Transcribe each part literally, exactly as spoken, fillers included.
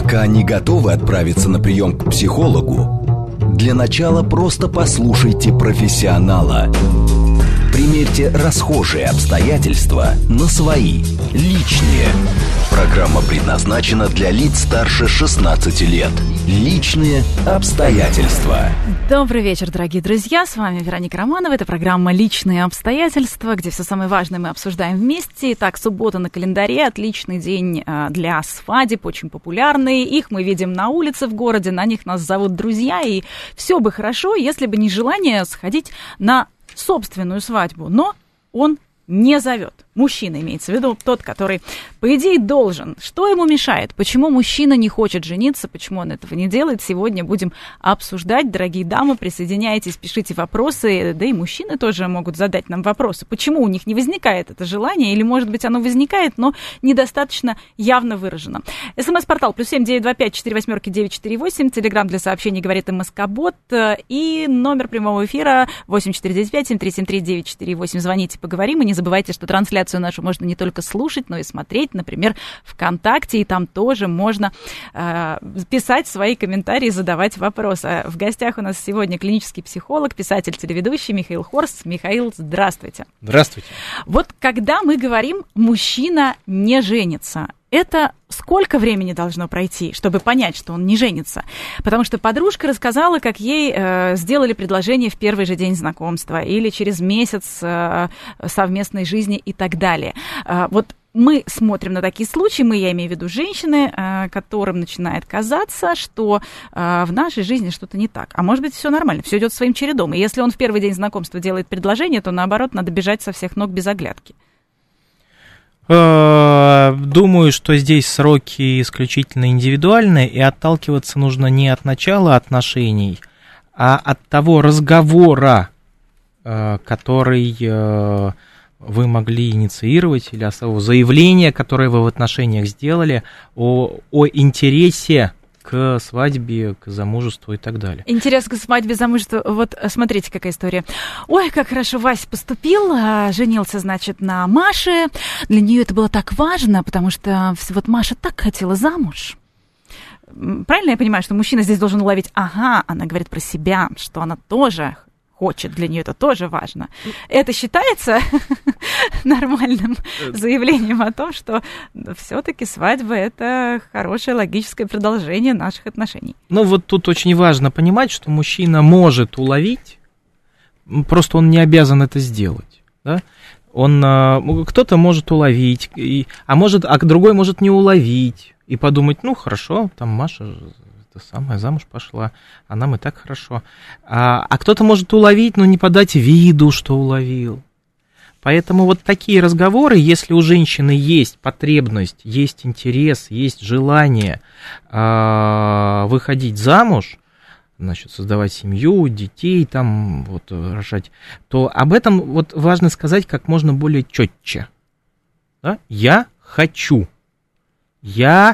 Пока не готовы отправиться на прием к психологу, для начала просто послушайте профессионала. Примерьте расхожие обстоятельства на свои, личные. Программа предназначена для лиц старше шестнадцати лет. Личные обстоятельства. Добрый вечер, дорогие друзья. С вами Вероника Романова. Это программа «Личные обстоятельства», где все самое важное мы обсуждаем вместе. Итак, суббота на календаре. Отличный день для свадеб, очень популярный. Их мы видим на улице в городе, на них нас зовут друзья. И все бы хорошо, если бы не желание сходить на собственную свадьбу. Но он не зовет. Мужчина имеется в виду, тот, который, по идее, должен. Что ему мешает? Почему мужчина не хочет жениться? Почему он этого не делает? Сегодня будем обсуждать. Дорогие дамы, присоединяйтесь, пишите вопросы. Да и мужчины тоже могут задать нам вопросы. Почему у них не возникает это желание? Или, может быть, оно возникает, но недостаточно явно выражено. СМС-портал плюс семь девять два пять четыре восьмерки девять четыре восемь. Телеграм для сообщений говорит МСК-бот. И номер прямого эфира восемь четыре девять пять семь три семь три девять четыре восемь. Звоните, поговорим. И не забывайте, что трансляция нашу можно не только слушать, но и смотреть, например, ВКонтакте, и там тоже можно э, писать свои комментарии, задавать вопросы. В гостях у нас сегодня клинический психолог, писатель, телеведущий Михаил Хорс. Михаил, здравствуйте. Здравствуйте. Вот когда мы говорим «мужчина не женится», это сколько времени должно пройти, чтобы понять, что он не женится? Потому что подружка рассказала, как ей э, сделали предложение в первый же день знакомства или через месяц э, совместной жизни и так далее. Э, вот мы смотрим на такие случаи, мы, я имею в виду женщины, э, которым начинает казаться, что э, в нашей жизни что-то не так. А может быть, все нормально, все идет своим чередом. И если он в первый день знакомства делает предложение, то наоборот, надо бежать со всех ног без оглядки. Думаю, что здесь сроки исключительно индивидуальные, и отталкиваться нужно не от начала отношений, а от того разговора, который вы могли инициировать, или от того заявления, которое вы в отношениях сделали, о, о интересе к свадьбе, к замужеству и так далее. Интерес к свадьбе, замужеству. Вот смотрите, какая история. Ой, как хорошо Вася поступил, женился, значит, на Маше. Для нее это было так важно, потому что вот Маша так хотела замуж. Правильно я понимаю, что мужчина здесь должен уловить, ага, она говорит про себя, что она тоже хочет, для нее это тоже важно. Это считается нормальным заявлением о том, что все-таки свадьба – это хорошее логическое продолжение наших отношений. Ну вот тут очень важно понимать, что мужчина может уловить, просто он не обязан это сделать, да? Он, кто-то может уловить, и, а, может, а другой может не уловить и подумать, ну хорошо, там Маша самая замуж пошла, а нам и так хорошо. А, а кто-то может уловить, но не подать виду, что уловил. Поэтому вот такие разговоры, если у женщины есть потребность, есть интерес, есть желание а, выходить замуж, значит, создавать семью, детей, там, вот, рожать, то об этом вот важно сказать как можно более четче. Да? Я хочу. Я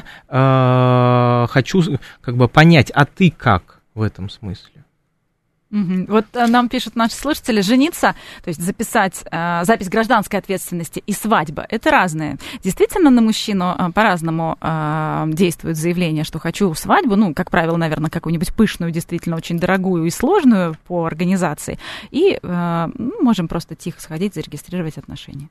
э, хочу как бы понять, а ты как в этом смысле? Угу. Вот нам пишут наши слушатели, жениться, то есть записать э, запись гражданской ответственности и свадьба, это разное. Действительно, на мужчину э, по-разному э, действует заявление, что хочу свадьбу, ну, как правило, наверное, какую-нибудь пышную, действительно очень дорогую и сложную по организации, и э, можем просто тихо сходить, зарегистрировать отношения.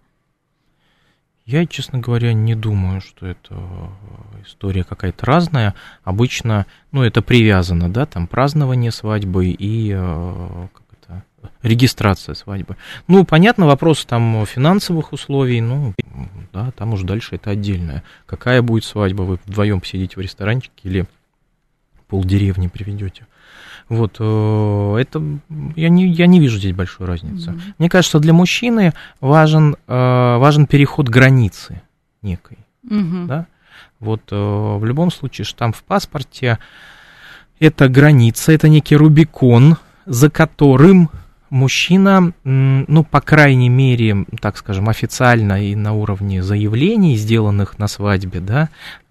Я, честно говоря, не думаю, что это история какая-то разная. Обычно, ну, это привязано, да, там празднование свадьбы и как это, регистрация свадьбы. Ну, понятно, вопрос там финансовых условий, ну, да, там уже дальше это отдельное. Какая будет свадьба, вы вдвоем посидите в ресторанчике или полдеревни приведете. Вот, это, я не, я не вижу здесь большой разницы. Mm-hmm. Мне кажется, для мужчины важен, важен переход границы некой, mm-hmm. да? Вот, в любом случае, штамп в паспорте – это граница, это некий рубикон, за которым мужчина, ну, по крайней мере, так скажем, официально и на уровне заявлений, сделанных на свадьбе, да,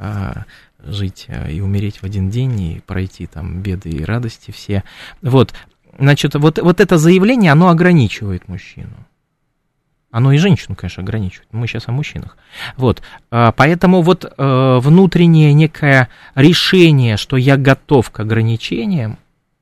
жить и умереть в один день, и пройти там беды и радости все. Вот, значит, вот, вот это заявление, оно ограничивает мужчину. Оно и женщину, конечно, ограничивает. Мы сейчас о мужчинах. Вот. Поэтому вот внутреннее некое решение, что я готов к ограничениям.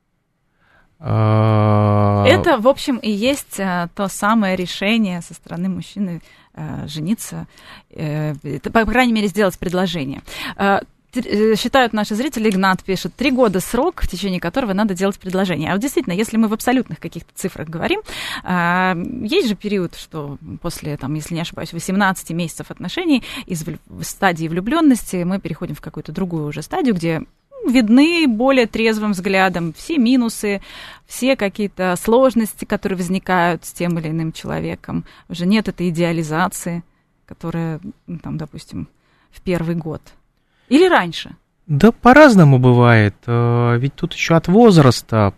Это, в общем, и есть то самое решение со стороны мужчины жениться, по крайней мере, сделать предложение. Считают наши зрители, Игнат пишет, три года срок, в течение которого надо делать предложение. А вот действительно, если мы в абсолютных каких-то цифрах говорим, есть же период, что после, там, если не ошибаюсь, восемнадцати месяцев отношений из стадии влюбленности мы переходим в какую-то другую уже стадию, где видны более трезвым взглядом все минусы, все какие-то сложности, которые возникают с тем или иным человеком. Уже нет этой идеализации, которая, ну, там, допустим, в первый год. Или раньше? Да по-разному бывает. Ведь тут еще от возраста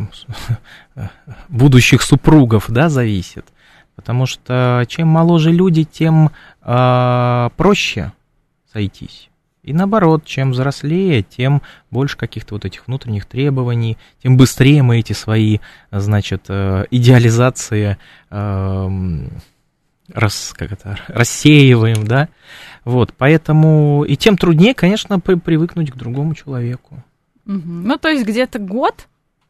будущих супругов, да, зависит. Потому что чем моложе люди, тем э, проще сойтись. И наоборот, чем взрослее, тем больше каких-то вот этих внутренних требований, тем быстрее мы эти свои, значит, идеализации э, рас, как это, рассеиваем, да. Вот, поэтому и тем труднее, конечно, при, привыкнуть к другому человеку. Угу. Ну, то есть где-то год,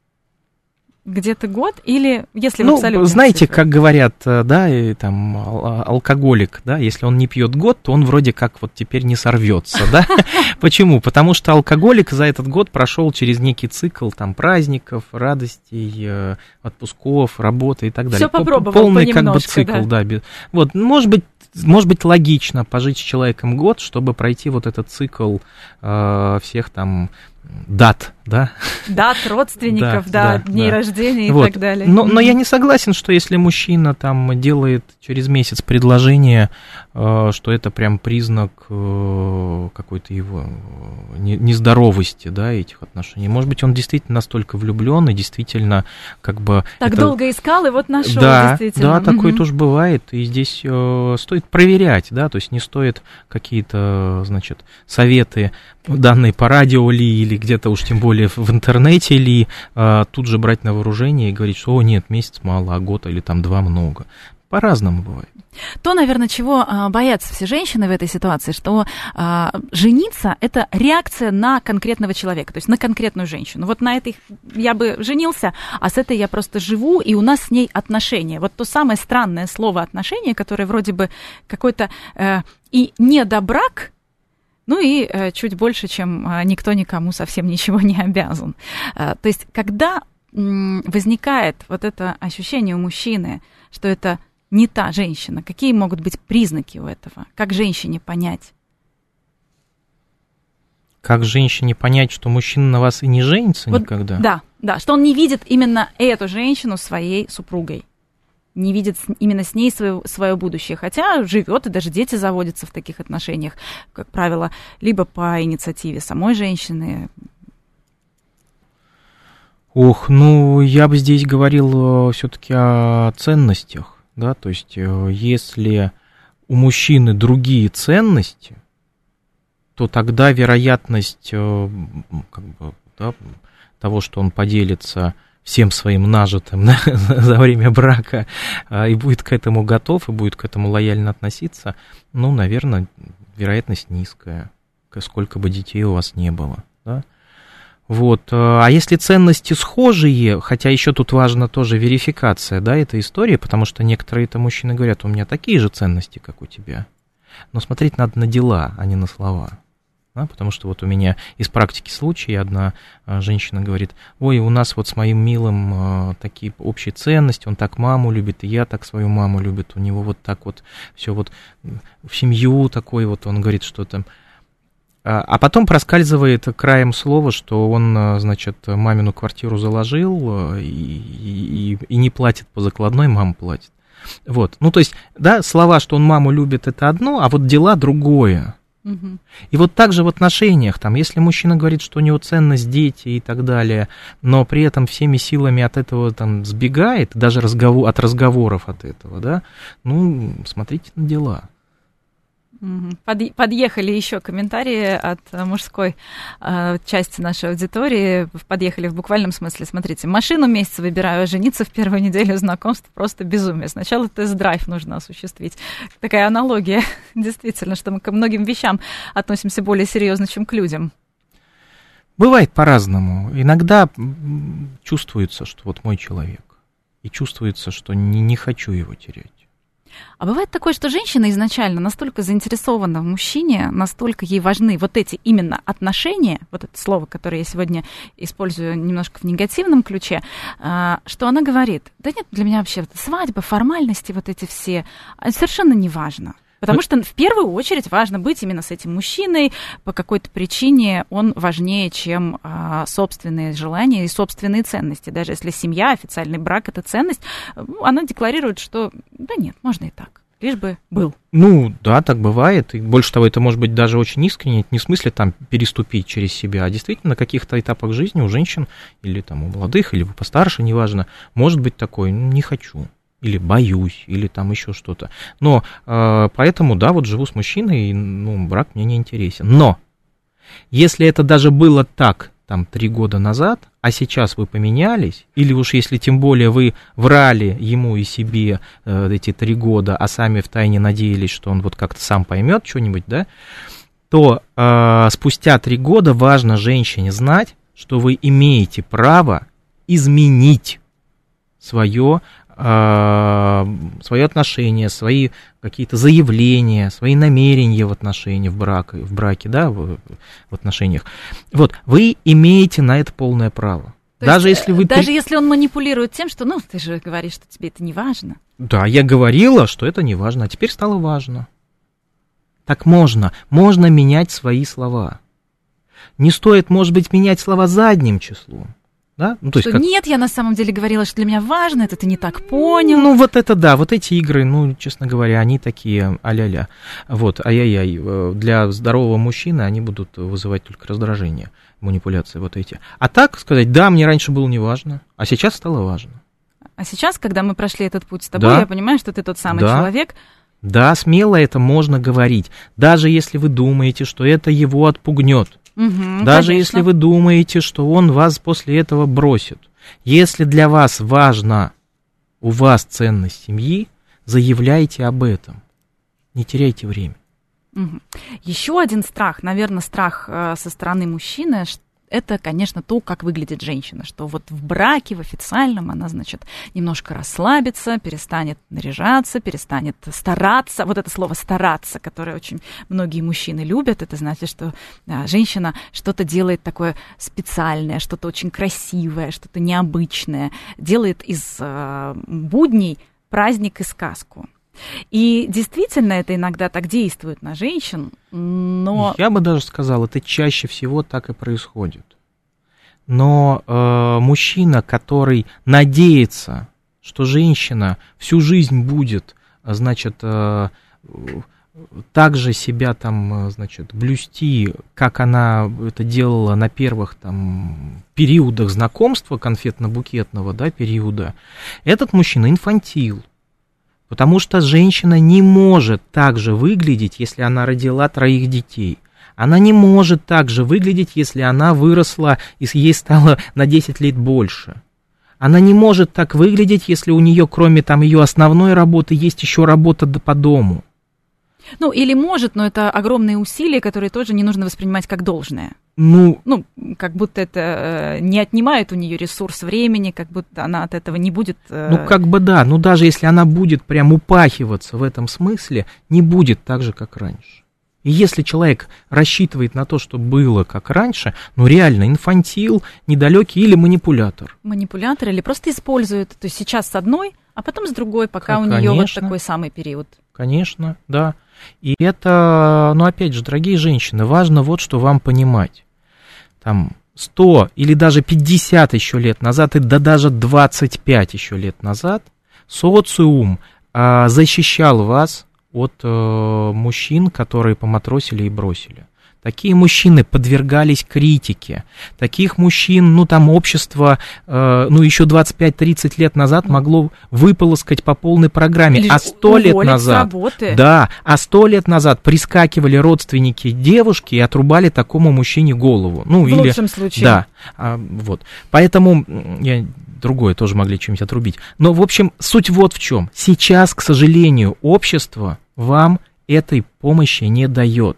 где-то год, или если ну, в абсолютных знаете, цифрах? Как говорят, да, и, там, алкоголик, да, если он не пьет год, то он вроде как вот теперь не сорвется, да. Почему? Потому что алкоголик за этот год прошел через некий цикл там праздников, радостей, отпусков, работы и так далее. Все попробовал полный как бы цикл, да. Вот, может быть. Может быть, логично пожить с человеком год, чтобы пройти вот этот цикл э, всех там дат, да? Дат, родственников, да, да, да дней да. рождения и вот. так далее. Но, но я не согласен, что если мужчина там делает через месяц предложение, э, что это прям признак э, какой-то его не, нездоровости, да, этих отношений. Может быть, он действительно настолько влюблен и действительно как бы... Так это... долго искал и вот нашел, да, действительно. Да, такое тоже бывает, и здесь э, стоит проверять, да, то есть не стоит какие-то, значит, советы, данные по радио ли, или где-то уж тем более в интернете ли, э, тут же брать на вооружение и говорить, что, о, нет, месяц мало, а год или там два много. По-разному бывает. То, наверное, чего а, боятся все женщины в этой ситуации, что а, жениться – это реакция на конкретного человека, то есть на конкретную женщину. Вот на этой я бы женился, а с этой я просто живу, и у нас с ней отношения. Вот то самое странное слово «отношения», которое вроде бы какой-то э, и недобрак, ну и э, чуть больше, чем э, никто никому совсем ничего не обязан. Э, то есть когда м, возникает вот это ощущение у мужчины, что это не та женщина, какие могут быть признаки у этого? Как женщине понять? Как женщине понять, что мужчина на вас и не женится вот, никогда? Да, да, что он не видит именно эту женщину своей супругой. Не видит именно с ней свое, свое будущее. Хотя живет, и даже дети заводятся в таких отношениях, как правило, либо по инициативе самой женщины. Ох, ну, я бы здесь говорил все-таки о ценностях. Да, то есть, если у мужчины другие ценности, то тогда вероятность как бы, да, того, что он поделится всем своим нажитым, да, за время брака и будет к этому готов, и будет к этому лояльно относиться, ну, наверное, вероятность низкая, сколько бы детей у вас не было, да. Вот, а если ценности схожие, хотя еще тут важна тоже верификация, да, этой истории, потому что некоторые это мужчины говорят, у меня такие же ценности, как у тебя, но смотреть надо на дела, а не на слова, да, потому что вот у меня из практики случай, одна женщина говорит, ой, у нас вот с моим милым такие общие ценности, он так маму любит, и я так свою маму любит, у него вот так вот все вот в семью такой вот, он говорит, что там. А потом проскальзывает краем слова, что он, значит, мамину квартиру заложил и, и, и не платит по закладной, мама платит. Вот, ну то есть, да, слова, что он маму любит, это одно, а вот дела другое. Угу. И вот так же в отношениях, там, если мужчина говорит, что у него ценность дети и так далее, но при этом всеми силами от этого там сбегает, даже разговор, от разговоров от этого, да, ну, смотрите на дела. Под, подъехали еще комментарии от мужской э, части нашей аудитории. Подъехали в буквальном смысле. Смотрите, машину месяц выбираю, а жениться в первую неделю знакомства просто безумие. Сначала тест-драйв нужно осуществить. Такая аналогия, действительно, что мы к многим вещам относимся более серьезно, чем к людям. Бывает по-разному. Иногда чувствуется, что вот мой человек. И чувствуется, что не, не хочу его терять. А бывает такое, что женщина изначально настолько заинтересована в мужчине, настолько ей важны вот эти именно отношения, вот это слово, которое я сегодня использую немножко в негативном ключе, что она говорит, да нет, для меня вообще свадьба, формальности вот эти все, совершенно не важно. Потому что в первую очередь важно быть именно с этим мужчиной, по какой-то причине он важнее, чем а, собственные желания и собственные ценности. Даже если семья, официальный брак – это ценность, она декларирует, что да нет, можно и так, лишь бы был. Ну, да, так бывает. И больше того, это может быть даже очень искренне, не в смысле там переступить через себя, а действительно на каких-то этапах жизни у женщин или там у молодых, или постарше, неважно, может быть такое, не хочу. Или боюсь, или там еще что-то. Но э, поэтому, да, вот живу с мужчиной, и, ну, брак мне не интересен. Но если это даже было так, там, три года назад, а сейчас вы поменялись, или уж если тем более вы врали ему и себе э, эти три года, а сами втайне надеялись, что он вот как-то сам поймет что-нибудь, да, то э, спустя три года важно женщине знать, что вы имеете право изменить свое свое отношение, свои какие-то заявления, свои намерения в отношении, в браке, в браке, да, в, в отношениях. Вот, вы имеете на это полное право. То даже есть, если вы... Даже если он манипулирует тем, что, ну, ты же говоришь, что тебе это не важно. Да, я говорила, что это не важно, а теперь стало важно. Так можно. Можно менять свои слова. Не стоит, может быть, менять слова задним числом. Да? Ну, то что есть как... нет, я на самом деле говорила, что для меня важно, это ты не так понял. Ну, вот это да, вот эти игры, ну, честно говоря, они такие а-ля-ля. Вот, ай-яй-яй, для здорового мужчины они будут вызывать только раздражение, манипуляции вот эти. А так сказать, да, мне раньше было не важно, а сейчас стало важно. А сейчас, когда мы прошли этот путь с тобой, да. я понимаю, что ты тот самый да. человек. Да, смело это можно говорить, даже если вы думаете, что это его отпугнет. Угу, Даже конечно. если вы думаете, что он вас после этого бросит. Если для вас важна у вас ценность семьи, заявляйте об этом. Не теряйте время. Угу. Еще один страх, наверное, страх э, со стороны мужчины, это, конечно, то, как выглядит женщина, что вот в браке, в официальном, она, значит, немножко расслабится, перестанет наряжаться, перестанет стараться. Вот это слово «стараться», которое очень многие мужчины любят, это значит, что да, женщина что-то делает такое специальное, что-то очень красивое, что-то необычное, делает из э, будней праздник и сказку. И действительно это иногда так действует на женщин, но... Я бы даже сказал, это чаще всего так и происходит. Но э, мужчина, который надеется, что женщина всю жизнь будет, значит, э, так же себя там, значит, блюсти, как она это делала на первых там периодах знакомства, конфетно-букетного, да, периода, этот мужчина инфантил. Потому что женщина не может так же выглядеть, если она родила троих детей. Она не может так же выглядеть, если она выросла и ей стало на десять лет больше. Она не может так выглядеть, если у нее, кроме там ее основной работы, есть еще работа по дому. Ну, или может, но это огромные усилия, которые тоже не нужно воспринимать как должное. Ну, ну, как будто это э, не отнимает у нее ресурс времени, как будто она от этого не будет... Э... Ну, как бы да, но даже если она будет прям упахиваться в этом смысле, не будет так же, как раньше. И если человек рассчитывает на то, что было как раньше, ну, реально, инфантил, недалекий или манипулятор. Манипулятор или просто использует, то есть сейчас с одной, а потом с другой, пока как, у нее вот конечно, такой самый период. Конечно, да. И это, ну, опять же, дорогие женщины, важно вот что вам понимать. Там сто или даже пятьдесят еще лет назад, и да даже двадцать пять еще лет назад социум а, защищал вас от а, мужчин, которые поматросили и бросили. Такие мужчины подвергались критике. Таких мужчин, ну, там общество, э, ну, еще двадцать пять тридцать лет назад могло выполоскать по полной программе. Или а сто лет уволить назад... с работы. Да, а сто лет назад прискакивали родственники девушки и отрубали такому мужчине голову. Ну, В или... лучшем случае. Да, а, вот. Поэтому... Я... Другое тоже могли что-нибудь отрубить. Но, в общем, суть вот в чем. Сейчас, к сожалению, общество вам этой помощи не дает.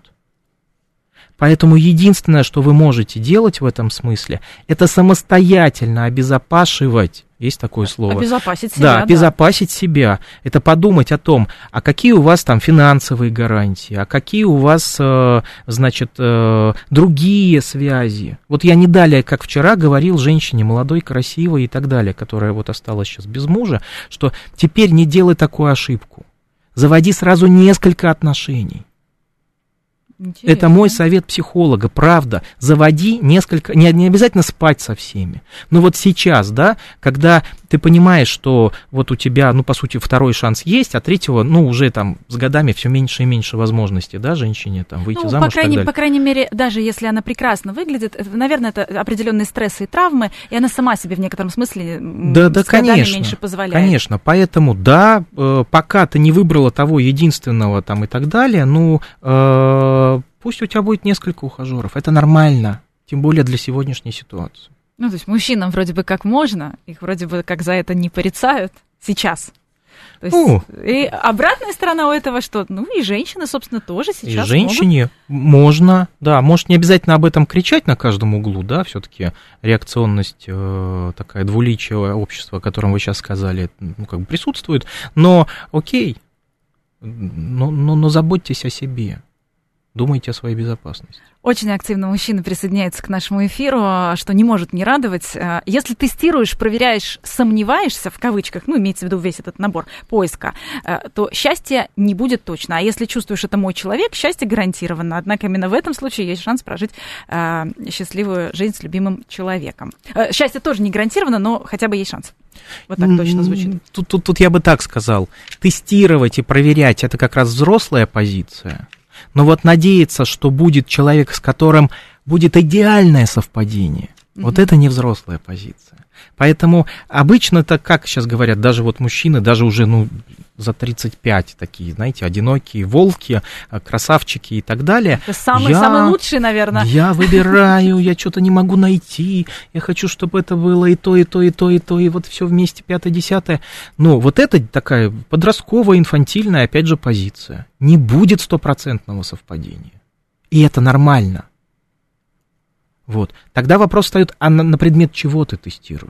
Поэтому единственное, что вы можете делать в этом смысле, это самостоятельно обезопашивать, есть такое слово. Обезопасить себя, да. да. обезопасить себя. Это подумать о том, а какие у вас там финансовые гарантии, а какие у вас, э, значит, э, другие связи. Вот я не далее, как вчера, говорил женщине молодой, красивой и так далее, которая вот осталась сейчас без мужа, что теперь не делай такую ошибку. Заводи сразу несколько отношений. Интересно. Это мой совет психолога, правда. Заводи несколько, не, не обязательно спать со всеми. Но вот сейчас, да, когда ты понимаешь, что вот у тебя, ну, по сути, второй шанс есть, а третьего, ну, уже там с годами все меньше и меньше возможностей, да, женщине там выйти ну, замуж по крайней, и так далее. по крайней мере, даже если она прекрасно выглядит, наверное, это определенные стрессы и травмы, и она сама себе в некотором смысле да, да, с годами конечно, меньше позволяет. Конечно, поэтому, да, э, пока ты не выбрала того единственного там и так далее, ну, э, пусть у тебя будет несколько ухажеров, это нормально, тем более для сегодняшней ситуации. Ну, то есть мужчинам вроде бы как можно, их вроде бы как за это не порицают сейчас. То есть, ну, и обратная сторона у этого, что, ну, и женщины, собственно, тоже сейчас и женщине могут. Можно, да, может, не обязательно об этом кричать на каждом углу, да, все-таки реакционность, э, такая двуличие общества, о котором вы сейчас сказали, ну, как бы присутствует, но окей, но, но, но заботьтесь о себе. Думайте о своей безопасности. Очень активно мужчины присоединяются к нашему эфиру, что не может не радовать. Если тестируешь, проверяешь, сомневаешься, в кавычках, ну, имеется в виду весь этот набор поиска, то счастья не будет точно. А если чувствуешь, это мой человек, счастье гарантировано. Однако именно в этом случае есть шанс прожить счастливую жизнь с любимым человеком. Счастье тоже не гарантировано, но хотя бы есть шанс. Вот так точно звучит. Тут, тут, тут я бы так сказал. Тестировать и проверять – это как раз взрослая позиция. Но вот надеяться, что будет человек, с которым будет идеальное совпадение, mm-hmm. вот это не взрослая позиция. Поэтому обычно это, как сейчас говорят, даже вот мужчины, даже уже, ну, за тридцать пять такие, знаете, одинокие волки, красавчики и так далее. Это самый, я, самый лучший, наверное. Я выбираю, я что-то не могу найти, я хочу, чтобы это было и то, и то, и то, и то, и вот все вместе, пятое-десятое. Ну, вот это такая подростковая, инфантильная, опять же, позиция. Не будет стопроцентного совпадения. И это нормально. Вот. Тогда вопрос встает, а на, на предмет чего ты тестируешь?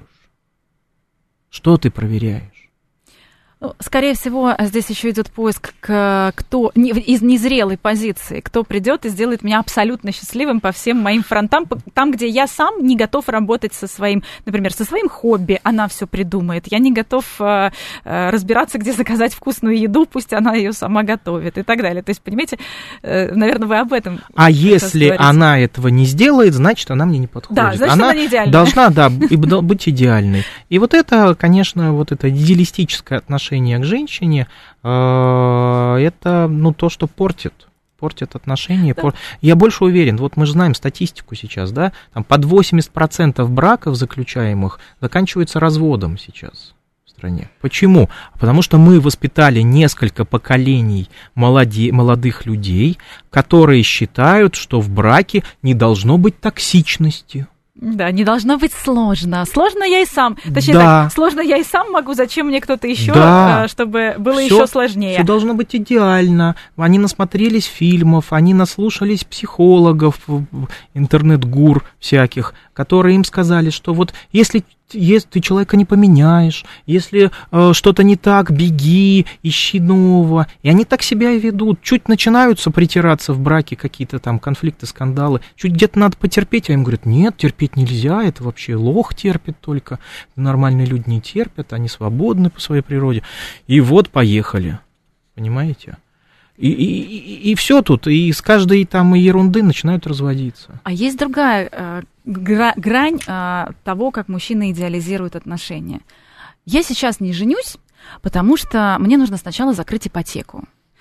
Что ты проверяешь? Ну, скорее всего, здесь еще идет поиск, к, кто не, из незрелой позиции, кто придет и сделает меня абсолютно счастливым по всем моим фронтам, там, где я сам не готов работать со своим, например, со своим хобби, она все придумает. Я не готов э, э, разбираться, где заказать вкусную еду, пусть она ее сама готовит и так далее. То есть, понимаете, э, наверное, вы об этом. А если говорите. Она этого не сделает, значит, она мне не подходит. Да, значит, она, она не идеальная. Должна, да, быть идеальной. И вот это, конечно, вот это идеалистическое отношение к женщине, э, это, ну, то, что портит, портит отношения. Да. Пор... Я больше уверен, вот мы же знаем статистику сейчас, да, там под восемьдесят процентов браков заключаемых заканчиваются разводом сейчас в стране. Почему? Потому что мы воспитали несколько поколений молоде... молодых людей, которые считают, что в браке не должно быть токсичности. Да, не должно быть сложно. Сложно я и сам. Точнее да. так, сложно я и сам могу, зачем мне кто-то еще, да. чтобы было всё, еще сложнее. Все должно быть идеально. Они насмотрелись фильмов, они наслушались психологов, интернет-гур всяких, которые им сказали, что вот если, если ты человека не поменяешь, если э, что-то не так, беги, ищи нового. И они так себя и ведут. Чуть начинаются притираться в браке какие-то там конфликты, скандалы, чуть где-то надо потерпеть, а им говорят, нет, терпеть нельзя, это вообще лох терпит только, нормальные люди не терпят, они свободны по своей природе. И вот поехали, понимаете? И, и, и, и все тут, и с каждой там ерунды начинают разводиться. А есть другая э, гра- грань э, того, как мужчины идеализируют отношения. Я сейчас не женюсь, потому что мне нужно сначала закрыть ипотеку.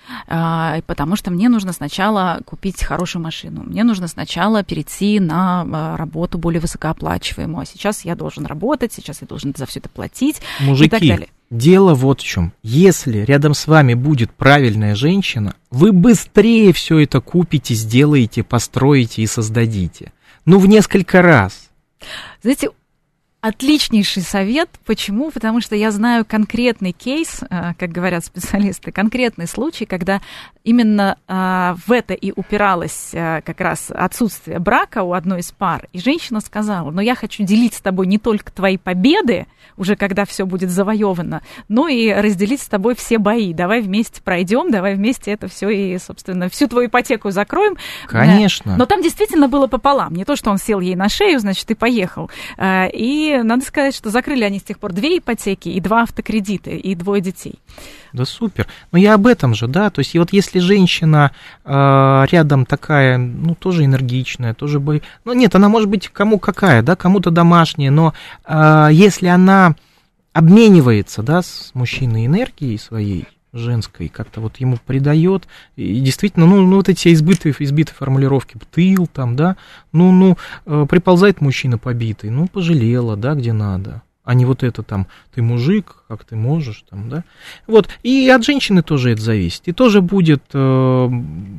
потому что мне нужно сначала купить хорошую машину, мне нужно сначала перейти на работу более высокооплачиваемую, а сейчас я должен работать, сейчас я должен за все это платить. Мужики, и так далее. Дело вот в чем. Если рядом с вами будет правильная женщина, вы быстрее все это купите, сделаете, построите и создадите. Ну, в несколько раз. Знаете, отличнейший совет. Почему? Потому что я знаю конкретный кейс, как говорят специалисты, конкретный случай, когда именно в это и упиралось как раз отсутствие брака у одной из пар. И женщина сказала: но я хочу делить с тобой не только твои победы, уже когда все будет завоевано, но и разделить с тобой все бои. Давай вместе пройдем, давай вместе это все и, собственно, всю твою ипотеку закроем. Конечно. Но там действительно было пополам. Не то, что он сел ей на шею, значит, и поехал. И надо сказать, что закрыли они с тех пор две ипотеки и два автокредита, и двое детей. Да супер. Но я об этом же, да. То есть, и вот если женщина э, рядом такая, ну, тоже энергичная, тоже бы... Ну, нет, она может быть кому какая, да, кому-то домашняя, но э, если она обменивается, да, с мужчиной энергией своей, женской, как-то вот ему придает, и действительно, ну, ну вот эти избитые, избитые формулировки, тыл там, да, ну, ну, э, приползает мужчина побитый, ну, пожалела, да, где надо, а не вот это там, ты мужик, как ты можешь, там, да, вот, и от женщины тоже это зависит, и тоже будет э,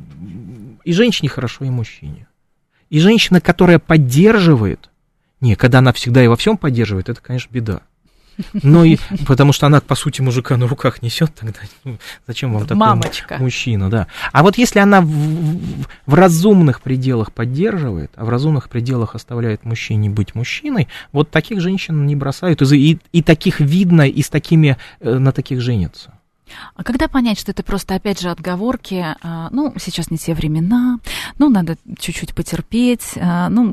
и женщине хорошо, и мужчине, и женщина, которая поддерживает, не, когда она всегда и во всем поддерживает, это, конечно, беда. Но и потому что она, по сути, мужика на руках несет, тогда ну, зачем вам такой Мамочка. Мужчина, да. А вот если она в, в, в разумных пределах поддерживает, а в разумных пределах оставляет мужчине быть мужчиной, вот таких женщин не бросают, и, и, и таких видно, и с такими, на таких женятся. А когда понять, что это просто, опять же, отговорки, ну, сейчас не те времена, ну, надо чуть-чуть потерпеть, ну,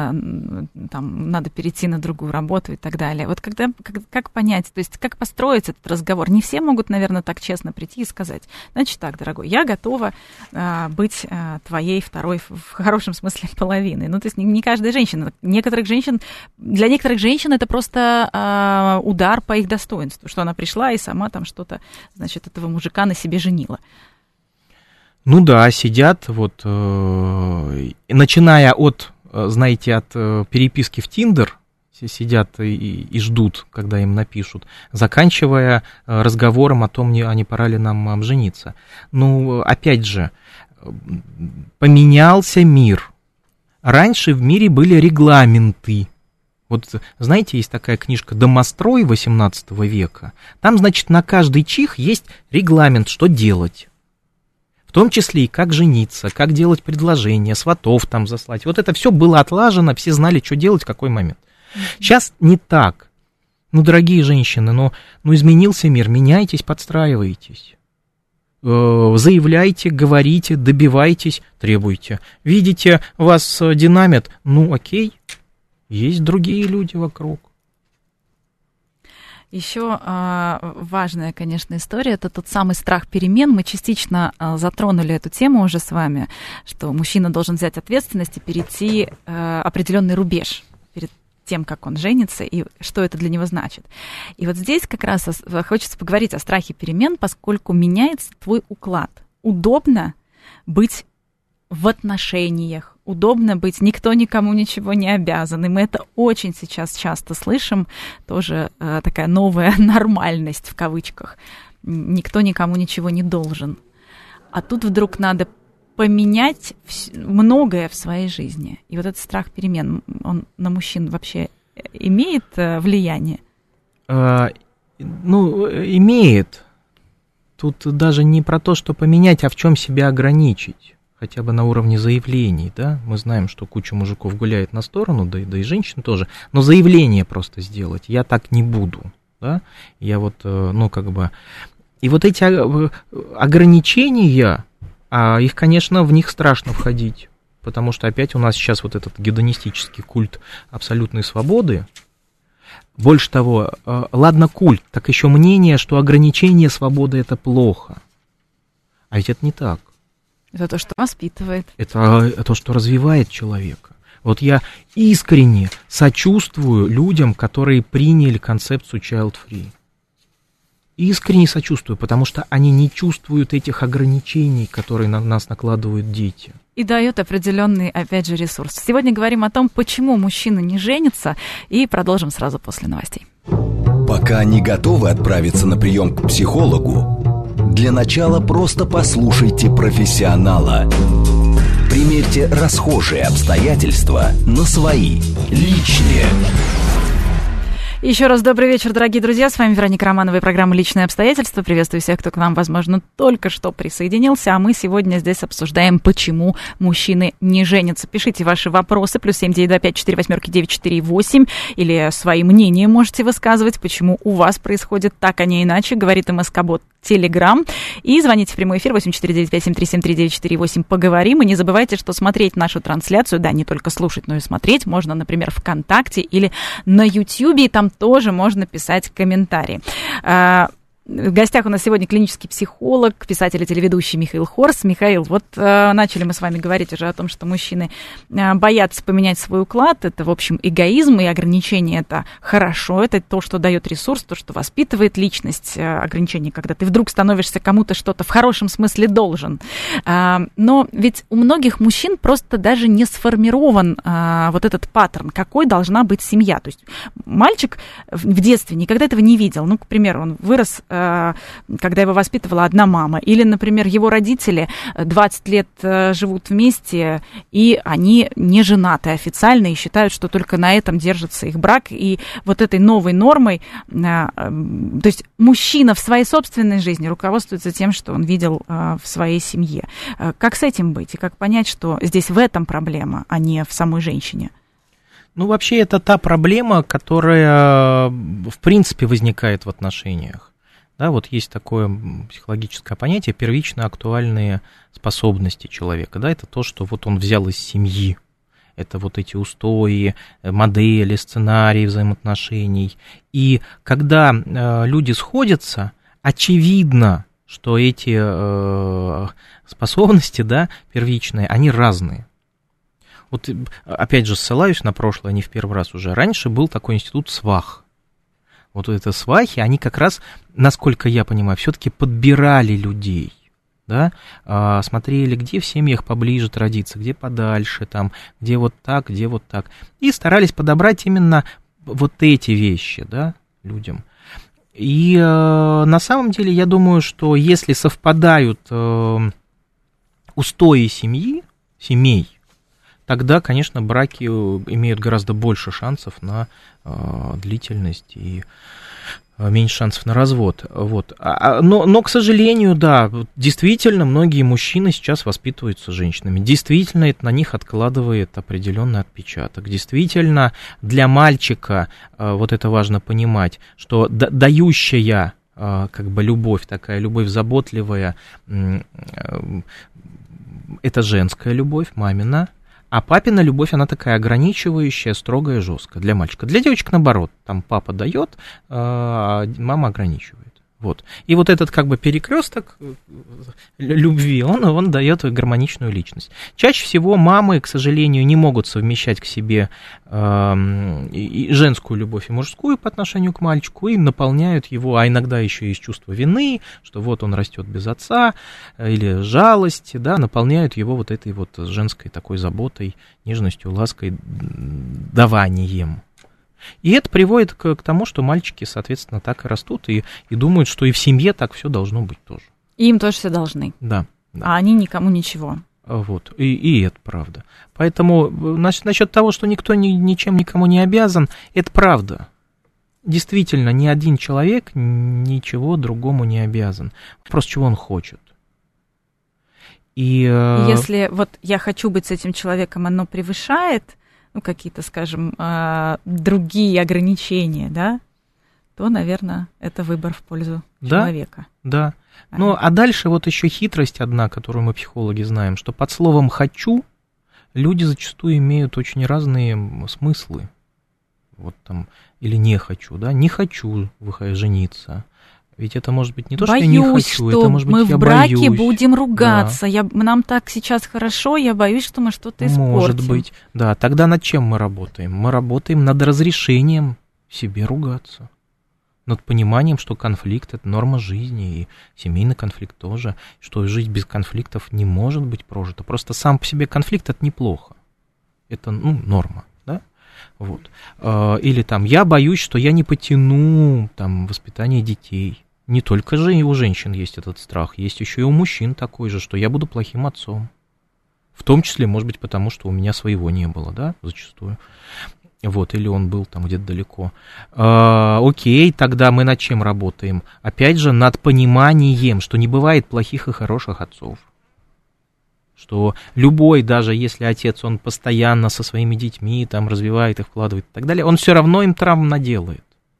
там, надо перейти на другую работу и так далее. Вот когда, как, как понять, то есть как построить этот разговор? Не все могут, наверное, так честно прийти и сказать: значит так, дорогой, я готова быть твоей второй, в хорошем смысле, половиной. Ну, то есть не, не каждая женщина. Некоторых женщин, для некоторых женщин это просто удар по их достоинству, что она пришла и сама там что-то... значит, этого мужика на себе женила. Ну да, сидят вот, э, начиная от, знаете, от э, переписки в Тиндер, сидят и, и ждут, когда им напишут, заканчивая э, разговором о том, не, а не пора ли нам обжениться. Ну, опять же, поменялся мир. Раньше в мире были регламенты. Вот, знаете, есть такая книжка «Домострой» восемнадцатого века. Там, значит, на каждый чих есть регламент, что делать. В том числе и как жениться, как делать предложения, сватов там заслать. Вот это все было отлажено, все знали, что делать, в какой момент. Сейчас не так. Ну, дорогие женщины, ну, ну изменился мир, меняйтесь, подстраивайтесь. Заявляйте, говорите, добивайтесь, требуйте. Видите, вас динамит, ну окей. Есть другие люди вокруг. Еще э, важная, конечно, история, это тот самый страх перемен. Мы частично э, затронули эту тему уже с вами, что мужчина должен взять ответственность и перейти э, определенный рубеж перед тем, как он женится, и что это для него значит. И вот здесь как раз хочется поговорить о страхе перемен, поскольку меняется твой уклад. Удобно быть в отношениях, удобно быть, никто никому ничего не обязан. И мы это очень сейчас часто слышим, тоже э, такая новая нормальность в кавычках. Никто никому ничего не должен. А тут вдруг надо поменять многое в своей жизни. И вот этот страх перемен, он на мужчин вообще имеет э, влияние? А, ну, имеет. Тут даже не про то, что поменять, а в чем себя ограничить. Хотя бы на уровне заявлений, да, мы знаем, что куча мужиков гуляет на сторону, да и, да и женщин тоже, но заявление просто сделать, я так не буду, да, я вот, ну, как бы, и вот эти ограничения, а их, конечно, в них страшно входить, потому что опять у нас сейчас вот этот гедонистический культ абсолютной свободы. Больше того, ладно культ, так еще мнение, что ограничение свободы — это плохо, а ведь это не так. Это то, что воспитывает. Это то, что развивает человека. Вот я искренне сочувствую людям, которые приняли концепцию child-free. искренне сочувствую, потому что они не чувствуют этих ограничений, которые на нас накладывают дети. И дает определенный, опять же, ресурс. Сегодня говорим о том, почему мужчина не женится, и продолжим сразу после новостей. Пока не готовы отправиться на прием к психологу, для начала просто послушайте профессионала. Примерьте расхожие обстоятельства на свои, личные. Еще раз добрый вечер, дорогие друзья. С вами Вероника Романова и программа «Личные обстоятельства». Приветствую всех, кто к нам, возможно, только что присоединился. А мы сегодня здесь обсуждаем, почему мужчины не женятся. Пишите ваши вопросы. Плюс семь девять два пять четыре восьмерки девять четыре восемь. Или свои мнения можете высказывать, почему у вас происходит так, а не иначе. Говорит МСК-бот Телеграм. И звоните в прямой эфир восемь четыре девять пять семь три семь три девять четыре восемь. Поговорим. И не забывайте, что смотреть нашу трансляцию, да, не только слушать, но и смотреть можно, например, ВКонтакте или на Ютьюбе. И там тоже можно писать комментарии. В гостях у нас сегодня клинический психолог, писатель и телеведущий Михаил Хорс. Михаил, вот э, начали мы с вами говорить уже о том, что мужчины э, боятся поменять свой уклад. Это, в общем, эгоизм и ограничения. Это хорошо, это то, что дает ресурс, то, что воспитывает личность. Э, ограничения, когда ты вдруг становишься кому-то что-то в хорошем смысле должен. Э, но ведь у многих мужчин просто даже не сформирован э, вот этот паттерн, какой должна быть семья. То есть мальчик в детстве никогда этого не видел. Ну, к примеру, он вырос, когда его воспитывала одна мама. Или, например, его родители двадцать лет живут вместе, и они не женаты официально, и считают, что только на этом держится их брак. И вот этой новой нормой, то есть мужчина в своей собственной жизни руководствуется тем, что он видел в своей семье. Как с этим быть? И как понять, что здесь в этом проблема, а не в самой женщине? Ну, вообще, это та проблема, которая, в принципе, возникает в отношениях. Да, вот есть такое психологическое понятие первично-актуальные способности человека. Да, это то, что вот он взял из семьи. Это вот эти устои, модели, сценарии взаимоотношений. И когда э, люди сходятся, очевидно, что эти э, способности, да, первичные, они разные. Вот опять же ссылаюсь на прошлое, не в первый раз уже. Раньше был такой институт свах. Вот это свахи, они как раз, насколько я понимаю, все-таки подбирали людей, да, а, смотрели, где в семьях поближе традиции, где подальше, там, где вот так, где вот так, и старались подобрать именно вот эти вещи, да, людям. И э, на самом деле я думаю, что если совпадают э, устои семьи, семей, тогда, конечно, браки имеют гораздо больше шансов на э, длительность и э, меньше шансов на развод. Вот. А, но, но, к сожалению, да, действительно, многие мужчины сейчас воспитываются женщинами. Действительно, это на них откладывает определенный отпечаток. Действительно, для мальчика, э, вот это важно понимать, что да, дающая э, как бы любовь, такая любовь заботливая, э, э, это женская любовь, мамина. А папина любовь, она такая ограничивающая, строгая, жесткая для мальчика. Для девочек, наоборот, там папа дает, а мама ограничивает. Вот. И вот этот как бы перекресток любви, он, он дает гармоничную личность. Чаще всего мамы, к сожалению, не могут совмещать к себе э, и женскую любовь, и мужскую по отношению к мальчику, и наполняют его, а иногда еще есть чувство вины, что вот он растет без отца, или жалости, да, наполняют его вот этой вот женской такой заботой, нежностью, лаской, даванием. И это приводит к, к тому, что мальчики, соответственно, так и растут, и, и думают, что и в семье так все должно быть тоже. И им тоже все должны. Да. да. А они никому ничего. Вот, и, и это правда. Поэтому насчет того, что никто ни, ничем никому не обязан, это правда. Действительно, ни один человек ничего другому не обязан. Вопрос, чего он хочет. И, если вот я хочу быть с этим человеком, оно превышает... ну, какие-то, скажем, другие ограничения, да, то, наверное, это выбор в пользу да, человека. Да, ну, а дальше вот еще хитрость одна, которую мы, психологи, знаем, что под словом «хочу» люди зачастую имеют очень разные смыслы. Вот там, или «не хочу», да, «не хочу жениться». Ведь это может быть не то, боюсь, что я не хочу, что это может быть мы я в браке боюсь. будем ругаться. Да. Я, нам так сейчас хорошо, я боюсь, что мы что-то испортим. Может быть, да. Тогда над чем мы работаем? Мы работаем над разрешением себе ругаться. над пониманием, что конфликт – это норма жизни, и семейный конфликт тоже, что жизнь без конфликтов не может быть прожита. Просто сам по себе конфликт – это неплохо, это, ну, норма, да? Вот. Или там, я боюсь, что я не потяну там воспитание детей. Не только же и у женщин есть этот страх, есть еще и у мужчин такой же, что я буду плохим отцом. В том числе, может быть, потому что у меня своего не было, да, зачастую. Вот, или он был там где-то далеко. А, окей, тогда мы над чем работаем? Опять же, над пониманием, что не бывает плохих и хороших отцов. Что любой, даже если отец, он постоянно со своими детьми там развивает их, вкладывает и так далее, он все равно им травм наделает.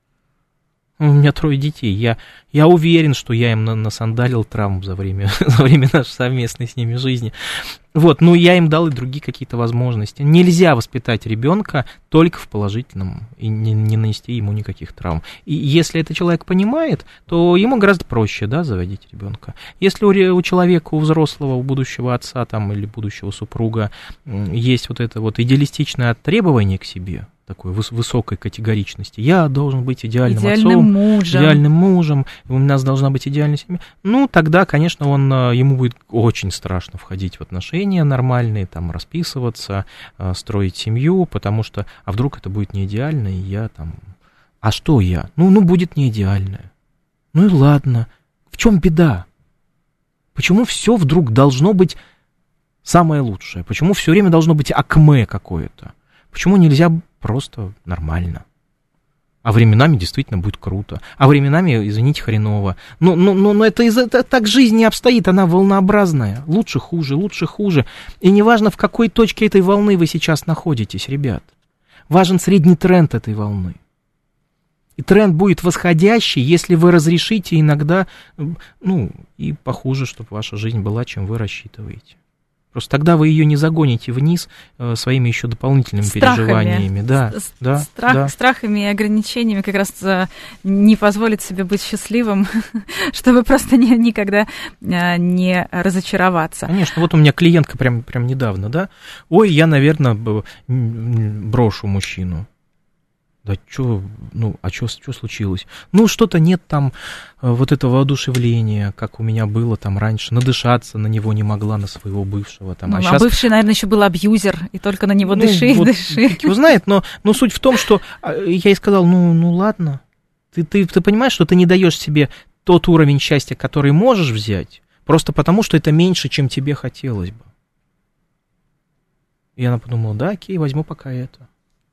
У меня трое детей. Я, я уверен, что я им насандалил травм за время, за время нашей совместной с ними жизни. Вот, ну я им дал и другие какие-то возможности. Нельзя воспитать ребенка только в положительном и не, не нанести ему никаких травм. И если это человек понимает, то ему гораздо проще, да, заводить ребенка. Если у, у человека, у взрослого, у будущего отца там, или будущего супруга есть вот это вот идеалистичное требование к себе, такой выс- высокой категоричности. Я должен быть идеальным, идеальным отцом, мужем. идеальным мужем, у нас должна быть идеальная семья. Ну, тогда, конечно, он, ему будет очень страшно входить в отношения нормальные, там, расписываться, строить семью, потому что, а вдруг это будет не идеально, и я там... А что я? Ну, ну будет не идеальное. Ну и ладно. В чем беда? Почему все вдруг должно быть самое лучшее? Почему все время должно быть акме какое-то? Почему нельзя просто нормально? А временами действительно будет круто. А временами, извините, хреново. Но, но, но, но это, это так жизнь не обстоит, она волнообразная. Лучше, хуже, лучше, хуже. И неважно, в какой точке этой волны вы сейчас находитесь, ребят. Важен средний тренд этой волны. И тренд будет восходящий, если вы разрешите иногда, ну, и похуже, чтобы ваша жизнь была, чем вы рассчитываете. Просто тогда вы ее не загоните вниз э, своими еще дополнительными страхами, переживаниями. Да, с- да, страх, да. Страхами и ограничениями как раз э, не позволит себе быть счастливым, чтобы просто не, никогда э, не разочароваться. Конечно, вот у меня клиентка прям, прям недавно, да, ой, я, наверное, брошу мужчину. Да что, ну, а что случилось? Ну, что-то нет там вот этого воодушевления, как у меня было там раньше, надышаться на него не могла, на своего бывшего. Там. Ну, а а сейчас... бывший, наверное, еще был абьюзер, и только на него ну, дыши, вот, дыши. Фиг его знает, но, но суть в том, что я ей сказал, ну, ну ладно, ты, ты, ты понимаешь, что ты не даешь себе тот уровень счастья, который можешь взять, просто потому, что это меньше, чем тебе хотелось бы. И она подумала, да, окей, возьму пока это.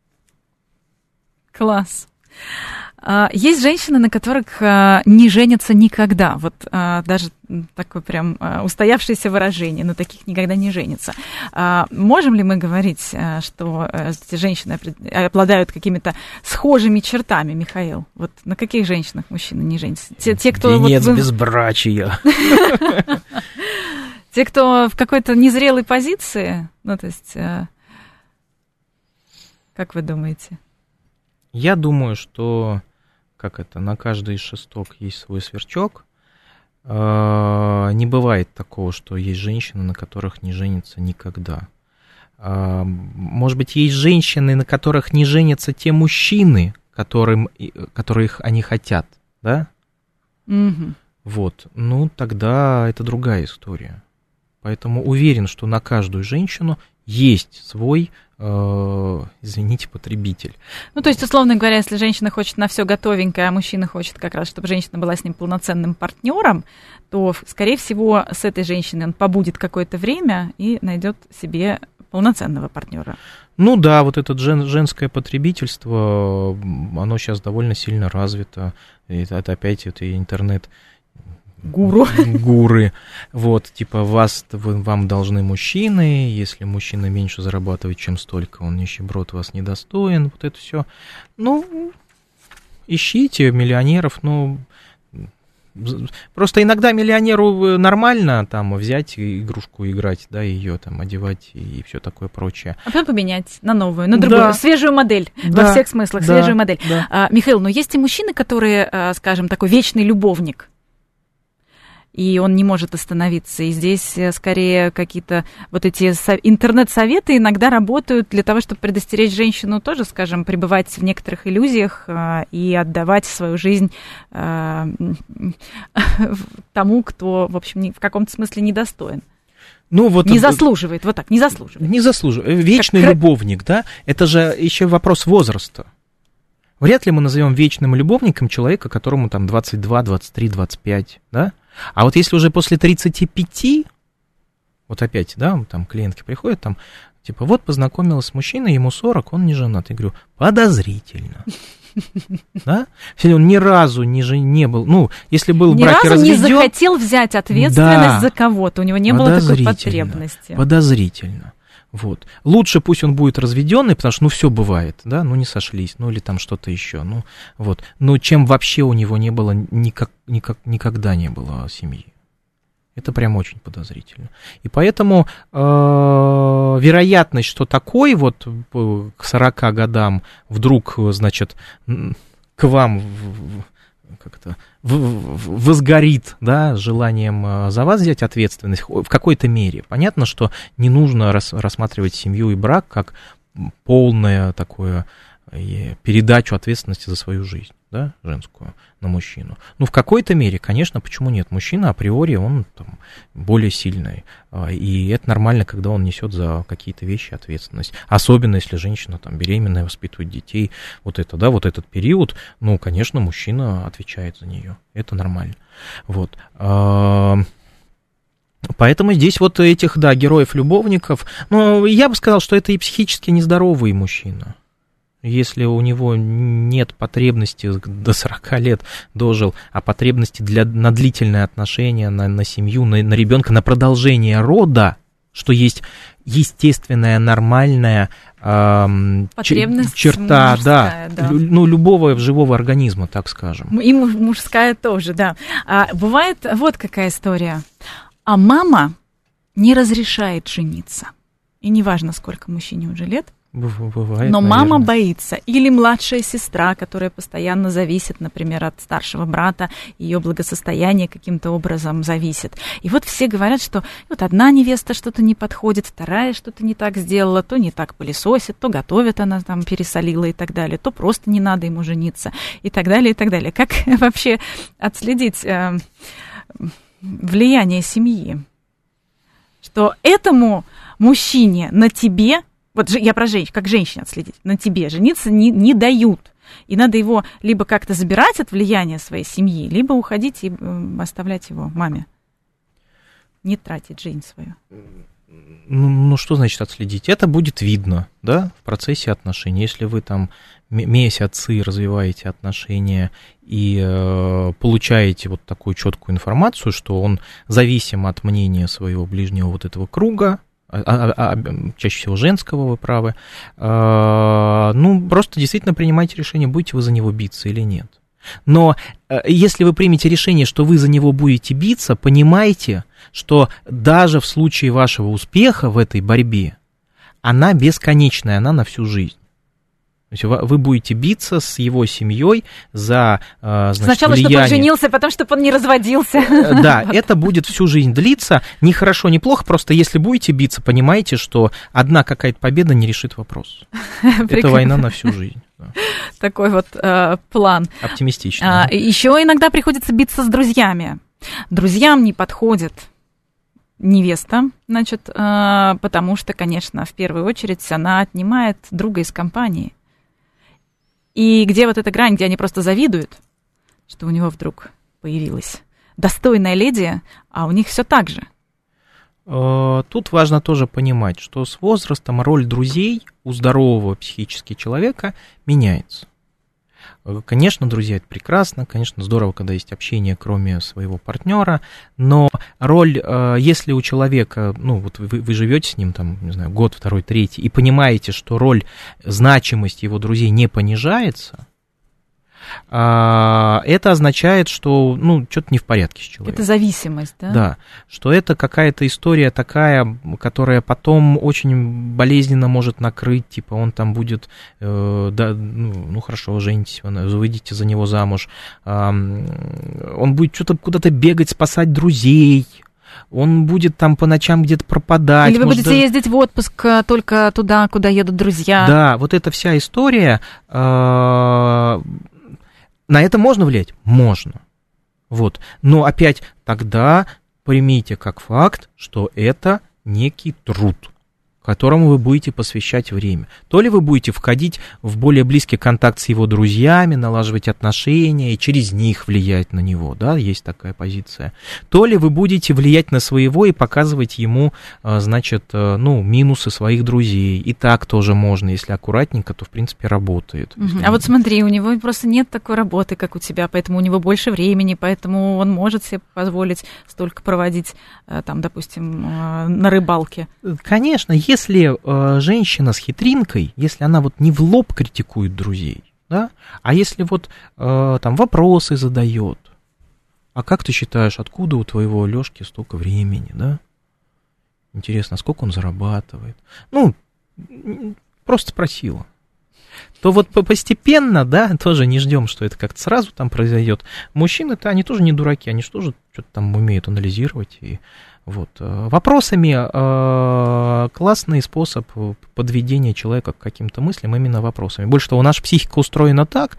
Класс. Есть женщины, на которых не женятся никогда. Вот даже такое прям устоявшееся выражение, на таких никогда не женятся. Можем ли мы говорить, что эти женщины обладают какими-то схожими чертами, Михаил? Вот на каких женщинах мужчины не женятся? Те, те кто венец вот... безбрачия. Те, кто в какой-то незрелой позиции, ну, то есть, как вы думаете? Я думаю, что, как это, на каждый шесток есть свой сверчок. Не бывает такого, что есть женщины, на которых не женятся никогда. Может быть, есть женщины, на которых не женятся те мужчины, которым, которых они хотят, да? Mm-hmm. Вот, ну, тогда это другая история. Поэтому уверен, что на каждую женщину есть свой, э, извините, потребитель. Ну, то есть, условно говоря, если женщина хочет на все готовенькое, а мужчина хочет как раз, чтобы женщина была с ним полноценным партнером, то, скорее всего, с этой женщиной он побудет какое-то время и найдет себе полноценного партнера. Ну да, вот это жен, женское потребительство, оно сейчас довольно сильно развито. И это опять это интернет. Гуру. Гуры. Вот, типа, вас, вам должны мужчины, если мужчина меньше зарабатывает, чем столько, он нищеброд, вас недостоин, вот это все. Ну, ищите миллионеров, ну, просто иногда миллионеру нормально там взять игрушку, играть, да, ее там одевать и все такое прочее. А потом поменять на новую, на другую, да. Свежую модель, да. Во всех смыслах, да. Свежую модель. Да. А, Михаил, но есть и мужчины, которые, скажем, такой вечный любовник. и он не может остановиться. И здесь скорее какие-то вот эти со- интернет-советы иногда работают для того, чтобы предостеречь женщину тоже, скажем, пребывать в некоторых иллюзиях э, и отдавать свою жизнь э, тому, кто, в общем, в каком-то смысле недостоин. Ну, вот, не заслуживает, вот так, не заслуживает. Не заслуживает. Вечный как... любовник, да, это же еще вопрос возраста. Вряд ли мы назовем вечным любовником человека, которому там двадцать два, двадцать три, двадцать пять, да? А вот если уже после тридцати пяти, вот опять, да, там клиентки приходят, там, типа, вот познакомилась с мужчиной, ему сорок, он не женат. Я говорю, подозрительно. Да? Если он ни разу не, же, не был, ну, если был в браке разведен... Ни разу не захотел взять ответственность за кого-то, у него не было такой потребности. Подозрительно. Вот. Лучше пусть он будет разведенный, потому что, ну, все бывает, да, ну, не сошлись, ну, или там что-то еще, ну, вот. Но чем вообще у него не было, никак, никак, никогда не было семьи. Это прям очень подозрительно. И поэтому э, вероятность, что такой вот к сорока годам вдруг, значит, к вам как-то возгорит, да, желанием за вас взять ответственность в какой-то мере. Понятно, что не нужно рас, рассматривать семью и брак как полное такое передачу ответственности за свою жизнь, да, женскую, на мужчину. Ну, в какой-то мере, конечно, почему нет? Мужчина априори, он там более сильный, и это нормально, когда он несет за какие-то вещи ответственность. Особенно, если женщина там беременная, воспитывает детей, вот это, да, вот этот период, ну, конечно, мужчина отвечает за нее, это нормально. Вот. Поэтому здесь вот этих, да, героев-любовников, ну, я бы сказал, что это и психически нездоровый мужчина. Если у него нет потребности, до сорока лет дожил, а потребности для, на длительные отношения, на, на семью, на, на ребенка, на продолжение рода, что есть естественная, нормальная эм, потребность черта, мужская, да, да. Лю, ну, любого живого организма, так скажем. И мужская тоже, да. А бывает вот какая история. А мама не разрешает жениться. И неважно, сколько мужчине уже лет. Бывает, но наверное. мама боится. Или младшая сестра, которая постоянно зависит, например, от старшего брата, ее благосостояние каким-то образом зависит. И вот все говорят, что вот одна невеста что-то не подходит, вторая что-то не так сделала, то не так пылесосит, то готовит она там, пересолила и так далее, то просто не надо ему жениться и так далее, и так далее. Как вообще отследить э, влияние семьи? Что этому мужчине на тебе, вот я про женщин, как женщине отследить, на тебе жениться не, не дают. И надо его либо как-то забирать от влияния своей семьи, либо уходить и э, оставлять его маме. Не тратить жизнь свою. Ну, ну, что значит отследить? Это будет видно, да, в процессе отношений. Если вы там месяцы развиваете отношения и э, получаете вот такую четкую информацию, что он зависим от мнения своего ближнего вот этого круга, А, а, а, чаще всего женского, вы правы, а, ну, просто действительно принимайте решение, будете вы за него биться или нет. Но а, если вы примете решение, что вы за него будете биться, понимайте, что даже в случае вашего успеха в этой борьбе, она бесконечная, она на всю жизнь. То есть вы будете биться с его семьей за, значит, сначала, влияние. чтобы он женился, потом, чтобы он не разводился. Да, это будет всю жизнь длиться. Ни хорошо, ни плохо, просто если будете биться, понимаете, что одна какая-то победа не решит вопрос. Это война на всю жизнь. Такой вот э, план. Оптимистичный. А, еще иногда приходится биться с друзьями. Друзьям не подходит невеста, значит, э, потому что, конечно, в первую очередь она отнимает друга из компании. И где вот эта грань, где они просто завидуют, что у него вдруг появилась достойная леди, а у них все так же. Тут важно тоже понимать, что с возрастом роль друзей у здорового психически человека меняется. Конечно, друзья, это прекрасно, конечно, здорово, когда есть общение, кроме своего партнера, но роль, если у человека, ну, вот вы, вы живете с ним, там, не знаю, год, второй, третий, и понимаете, что роль, значимость его друзей не понижается, это означает, что, ну, что-то не в порядке с человеком. Это зависимость, да? Да, что это какая-то история такая, которая потом очень болезненно может накрыть, типа он там будет, э, да, ну, ну, хорошо, женитесь, выйдите за него замуж, э, он будет что-то куда-то бегать, спасать друзей, он будет там по ночам где-то пропадать. Или вы может, будете даже... ездить в отпуск только туда, куда едут друзья. Да, вот эта вся история, э, на это можно влиять? Можно. Вот. Но опять тогда примите как факт, что это некий труд, которому вы будете посвящать время. То ли вы будете входить в более близкий контакт с его друзьями, налаживать отношения и через них влиять на него, да, есть такая позиция. То ли вы будете влиять на своего и показывать ему, значит, ну, минусы своих друзей. И так тоже можно, если аккуратненько, то, в принципе, работает. Uh-huh. А вот смотри, у него просто нет такой работы, как у тебя, поэтому у него больше времени, поэтому он может себе позволить столько проводить, там, допустим, на рыбалке. Конечно, если э, женщина с хитринкой, если она вот не в лоб критикует друзей, да, а если вот э, там вопросы задает, а как ты считаешь, откуда у твоего Лёшки столько времени, да? Интересно, сколько он зарабатывает? Ну, просто спросила. То вот постепенно, да, тоже не ждем, что это как-то сразу там произойдет. Мужчины-то, они тоже не дураки, они же тоже что-то там умеют анализировать и вот. Вопросами э, классный способ подведения человека к каким-то мыслям именно вопросами. Больше того, наша психика устроена так,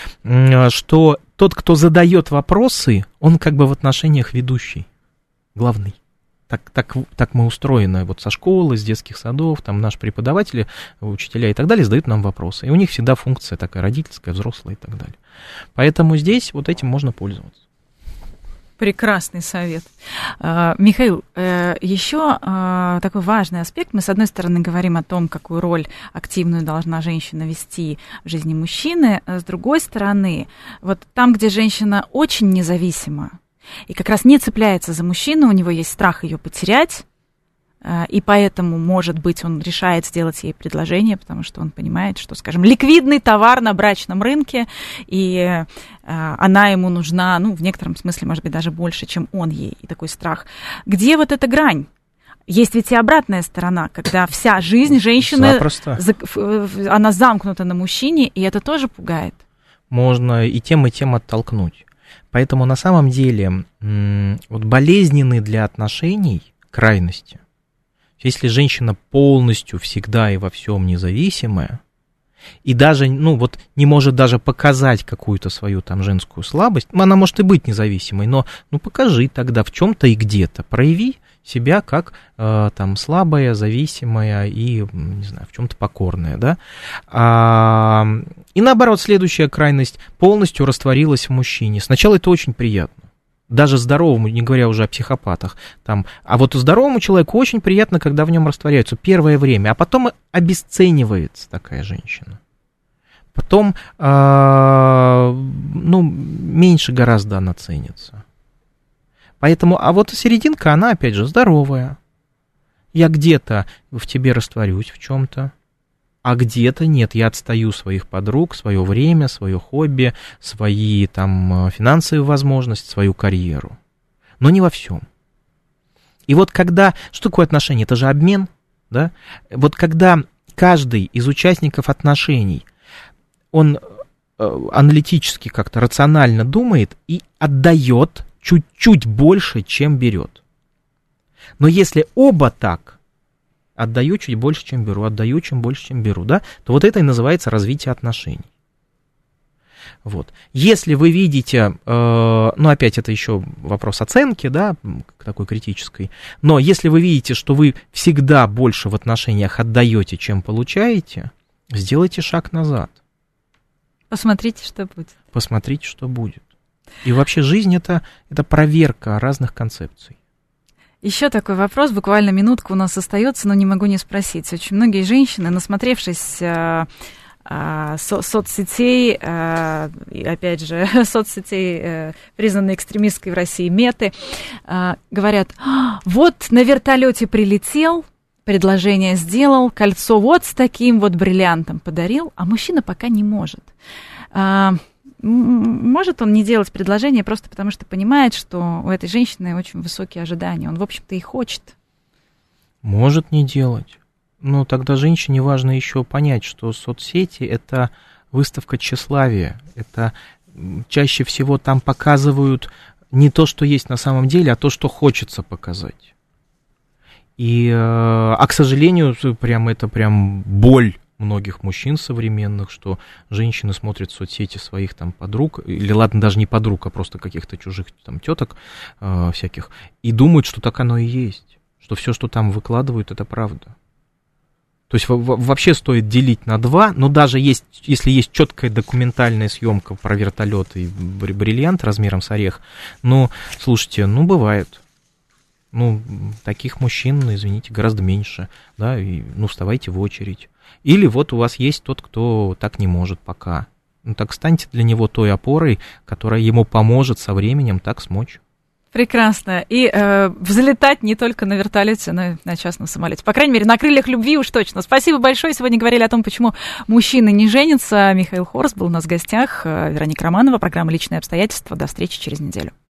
что тот, кто задает вопросы, он как бы в отношениях ведущий, главный. Так, так, так мы устроены вот со школы, с детских садов, там наши преподаватели, учителя и так далее задают нам вопросы. И у них всегда функция такая родительская, взрослая и так далее. Поэтому здесь вот этим можно пользоваться. Прекрасный совет. Михаил, еще такой важный аспект. Мы, с одной стороны, говорим о том, какую роль активную должна женщина вести в жизни мужчины. С другой стороны, вот там, где женщина очень независима и как раз не цепляется за мужчину, у него есть страх ее потерять, и поэтому, может быть, он решает сделать ей предложение, потому что он понимает, что, скажем, ликвидный товар на брачном рынке, и она ему нужна, ну, в некотором смысле, может быть, даже больше, чем он ей, и такой страх. Где вот эта грань? Есть ведь и обратная сторона, когда вся жизнь женщины, Запросто. она замкнута на мужчине, и это тоже пугает. Можно и тем, и тем оттолкнуть. Поэтому на самом деле вот болезненные для отношений крайности. Если женщина полностью всегда и во всем независимая, и даже, ну, вот не может даже показать какую-то свою там женскую слабость, она может и быть независимой, но, ну, покажи тогда в чем-то и где-то, прояви себя как э, там слабая, зависимая и, не знаю, в чем-то покорная, да. А, и наоборот, следующая крайность полностью растворилась в мужчине. Сначала это очень приятно. Даже здоровому, не говоря уже о психопатах, там, а вот здоровому человеку очень приятно, когда в нем растворяются первое время, а потом обесценивается такая женщина. Потом, э, ну, меньше гораздо она ценится. Поэтому, а вот серединка, она, опять же, здоровая. Я где-то в тебе растворюсь в чем-то, а где-то нет, я отстаю своих подруг, свое время, свое хобби, свои там финансовые возможности, свою карьеру. Но не во всем. И вот когда, что такое отношения? Это же обмен, да? Вот когда каждый из участников отношений, он аналитически как-то рационально думает и отдает чуть-чуть больше, чем берет. Но если оба так, отдаю чуть больше, чем беру, отдаю чем больше, чем беру, да, то вот это и называется развитие отношений. Вот. Если вы видите, э, ну, опять это еще вопрос оценки, да, такой критической, но если вы видите, что вы всегда больше в отношениях отдаете, чем получаете, сделайте шаг назад. Посмотрите, что будет. Посмотрите, что будет. И вообще жизнь это, это проверка разных концепций. Еще такой вопрос, буквально минутка у нас остается, но не могу не спросить. Очень многие женщины, насмотревшись э, э, со- соцсетей, э, и опять же, соцсетей, э, признанной экстремистской в России Меты, э, говорят, вот на вертолете прилетел, предложение сделал, кольцо вот с таким вот бриллиантом подарил, а мужчина пока не может. Э, может он не делать предложение просто потому, что понимает, что у этой женщины очень высокие ожидания. Он, в общем-то, и хочет. Может не делать. Но тогда женщине важно еще понять, что соцсети – это выставка тщеславия. Это чаще всего там показывают не то, что есть на самом деле, а то, что хочется показать. И, а, к сожалению, прям это прям боль многих мужчин современных, что женщины смотрят в соцсети своих там подруг, или ладно, даже не подруг, а просто каких-то чужих там теток э, всяких, и думают, что так оно и есть, что все, что там выкладывают, это правда. То есть вообще стоит делить на два, но даже есть, если есть четкая документальная съемка про вертолет и бриллиант размером с орех, ну, слушайте, ну, бывает. Ну, таких мужчин, извините, гораздо меньше, да, и, ну, вставайте в очередь. Или вот у вас есть тот, кто так не может пока. Ну, так станьте для него той опорой, которая ему поможет со временем так смочь. Прекрасно. И э, взлетать не только на вертолете, но и на частном самолете. По крайней мере, на крыльях любви уж точно. Спасибо большое. Сегодня говорили о том, почему мужчины не женятся. Михаил Хорс был у нас в гостях. Вероника Романова, программа «Личные обстоятельства». До встречи через неделю.